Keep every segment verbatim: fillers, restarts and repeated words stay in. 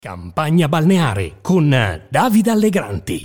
Campagna balneare con Davide Allegranti.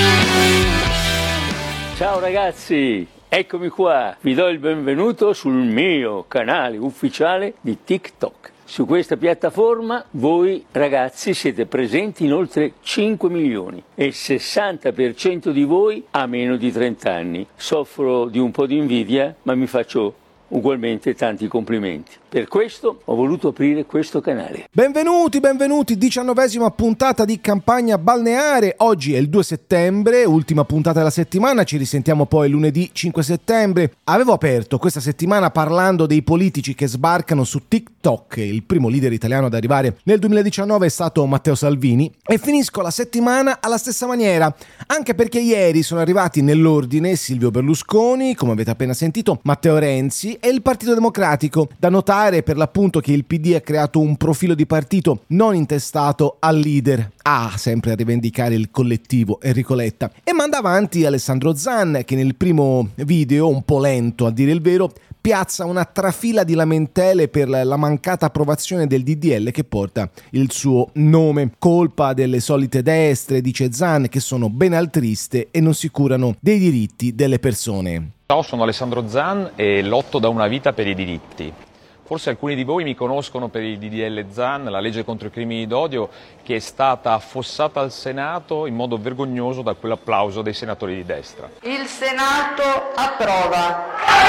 Ciao ragazzi, eccomi qua, vi do il benvenuto sul mio canale ufficiale di TikTok. Su questa piattaforma voi ragazzi siete presenti in oltre cinque milioni e il sessanta per cento di voi ha meno di trenta anni. Soffro di un po' di invidia, ma mi faccio ugualmente tanti complimenti. Per questo ho voluto aprire questo canale. Benvenuti, benvenuti, diciannovesima puntata di Campagna balneare. Oggi è il due settembre, ultima puntata della settimana, ci risentiamo poi lunedì cinque settembre. Avevo aperto questa settimana parlando dei politici che sbarcano su TikTok. Il primo leader italiano ad arrivare nel duemiladiciannove è stato Matteo Salvini e finisco la settimana alla stessa maniera, anche perché ieri sono arrivati nell'ordine Silvio Berlusconi, come avete appena sentito, Matteo Renzi e il Partito Democratico. Da notare per l'appunto che il P D ha creato un profilo di partito non intestato al leader, ah, sempre a rivendicare il collettivo Enrico Letta, e manda avanti Alessandro Zan che nel primo video, un po' lento a dire il vero, piazza una trafila di lamentele per la mancata approvazione del D D L che porta il suo nome. Colpa delle solite destre, dice Zan, che sono ben altriste e non si curano dei diritti delle persone. Ciao, sono Alessandro Zan e lotto da una vita per i diritti. Forse alcuni di voi mi conoscono per il D D L Zan, la legge contro i crimini d'odio, che è stata affossata al Senato in modo vergognoso da quell'applauso dei senatori di destra. Il Senato approva.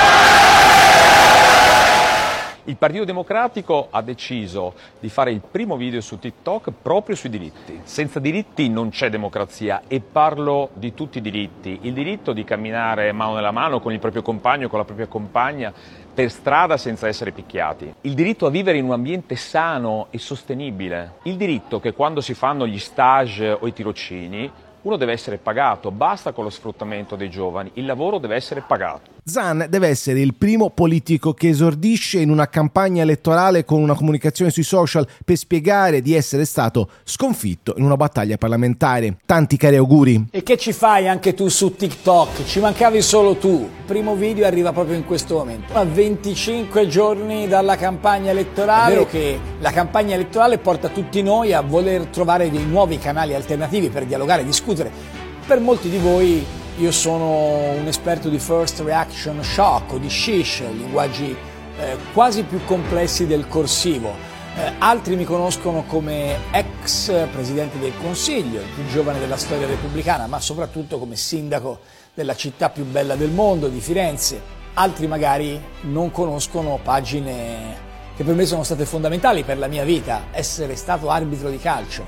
Il Partito Democratico ha deciso di fare il primo video su TikTok proprio sui diritti. Senza diritti non c'è democrazia e parlo di tutti i diritti. Il diritto di camminare mano nella mano con il proprio compagno o con la propria compagna per strada senza essere picchiati. Il diritto a vivere in un ambiente sano e sostenibile. Il diritto che quando si fanno gli stage o i tirocini uno deve essere pagato, basta con lo sfruttamento dei giovani, il lavoro deve essere pagato. Zan deve essere il primo politico che esordisce in una campagna elettorale con una comunicazione sui social per spiegare di essere stato sconfitto in una battaglia parlamentare. Tanti cari auguri. E che ci fai anche tu su TikTok? Ci mancavi solo tu. Il primo video arriva proprio in questo momento. A venticinque giorni dalla campagna elettorale. È vero che la campagna elettorale porta tutti noi a voler trovare dei nuovi canali alternativi per dialogare e discutere. Per molti di voi io sono un esperto di first reaction shock o di shish, linguaggi eh, quasi più complessi del corsivo. Eh, altri mi conoscono come ex presidente del Consiglio, il più giovane della storia repubblicana, ma soprattutto come sindaco della città più bella del mondo, di Firenze. Altri magari non conoscono pagine che per me sono state fondamentali per la mia vita, essere stato arbitro di calcio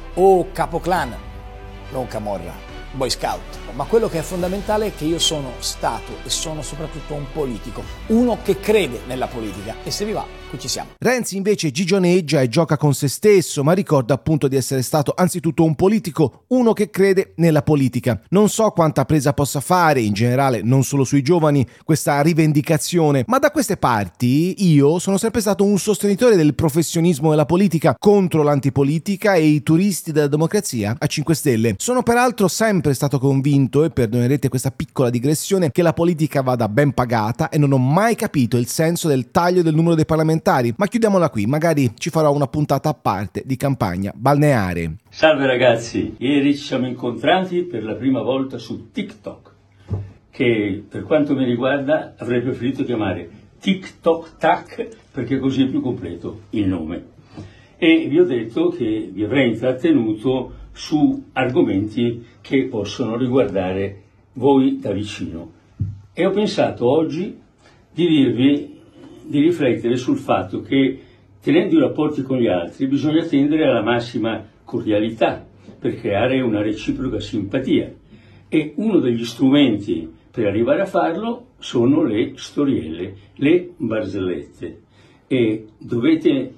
o capoclan, non camorra, Boy Scout. Ma quello che è fondamentale è che io sono stato e sono soprattutto un politico, uno che crede nella politica, e se vi va, qui ci siamo. Renzi invece gigioneggia e gioca con se stesso, ma ricorda appunto di essere stato anzitutto un politico, uno che crede nella politica. Non so quanta presa possa fare, in generale non solo sui giovani, questa rivendicazione, ma da queste parti io sono sempre stato un sostenitore del professionismo della politica contro l'antipolitica e i turisti della democrazia a cinque Stelle. Sono peraltro sempre stato convinto, e perdonerete questa piccola digressione, che la politica vada ben pagata e non ho mai capito il senso del taglio del numero dei parlamentari, ma chiudiamola qui, magari ci farò una puntata a parte di Campagna balneare. Salve ragazzi, ieri ci siamo incontrati per la prima volta su TikTok, che per quanto mi riguarda avrei preferito chiamare TikTok Tac, perché così è più completo il nome. E vi ho detto che vi avrei intrattenuto su argomenti che possono riguardare voi da vicino. E ho pensato oggi di dirvi di riflettere sul fatto che, tenendo i rapporti con gli altri, bisogna tendere alla massima cordialità per creare una reciproca simpatia. E uno degli strumenti per arrivare a farlo sono le storielle, le barzellette. E dovete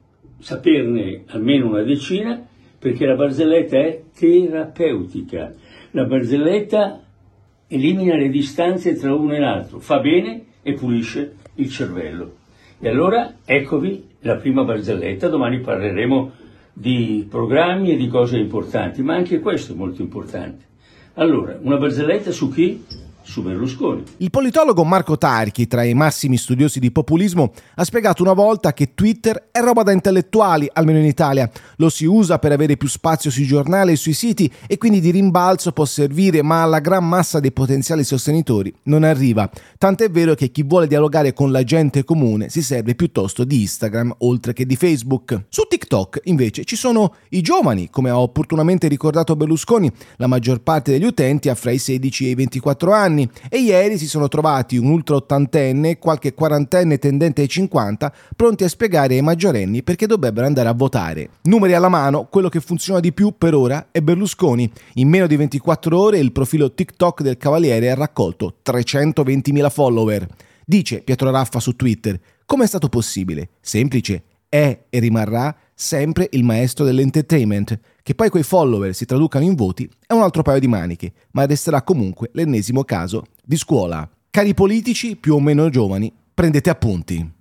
saperne almeno una decina, perché la barzelletta è terapeutica. La barzelletta elimina le distanze tra uno e l'altro, fa bene e pulisce il cervello. E allora eccovi la prima barzelletta. Domani parleremo di programmi e di cose importanti, ma anche questo è molto importante. Allora, una barzelletta su chi? su Berlusconi. Il politologo Marco Tarchi, tra i massimi studiosi di populismo, ha spiegato una volta che Twitter è roba da intellettuali, almeno in Italia. Lo si usa per avere più spazio sui giornali e sui siti e quindi di rimbalzo può servire, ma alla gran massa dei potenziali sostenitori non arriva. Tant'è vero che chi vuole dialogare con la gente comune si serve piuttosto di Instagram oltre che di Facebook. Su TikTok, invece, ci sono i giovani, come ha opportunamente ricordato Berlusconi. La maggior parte degli utenti ha fra i sedici e i ventiquattro anni. E ieri si sono trovati un ultra ottantenne e qualche quarantenne tendente ai cinquanta pronti a spiegare ai maggiorenni perché dovrebbero andare a votare. Numeri alla mano, quello che funziona di più per ora è Berlusconi. In meno di ventiquattro ore il profilo TikTok del Cavaliere ha raccolto trecentoventimila follower. Dice Pietro Raffa su Twitter: come è stato possibile? Semplice, è e rimarrà sempre il maestro dell'entertainment. Che poi quei follower si traducano in voti è un altro paio di maniche, ma resterà comunque l'ennesimo caso di scuola. Cari politici più o meno giovani, prendete appunti.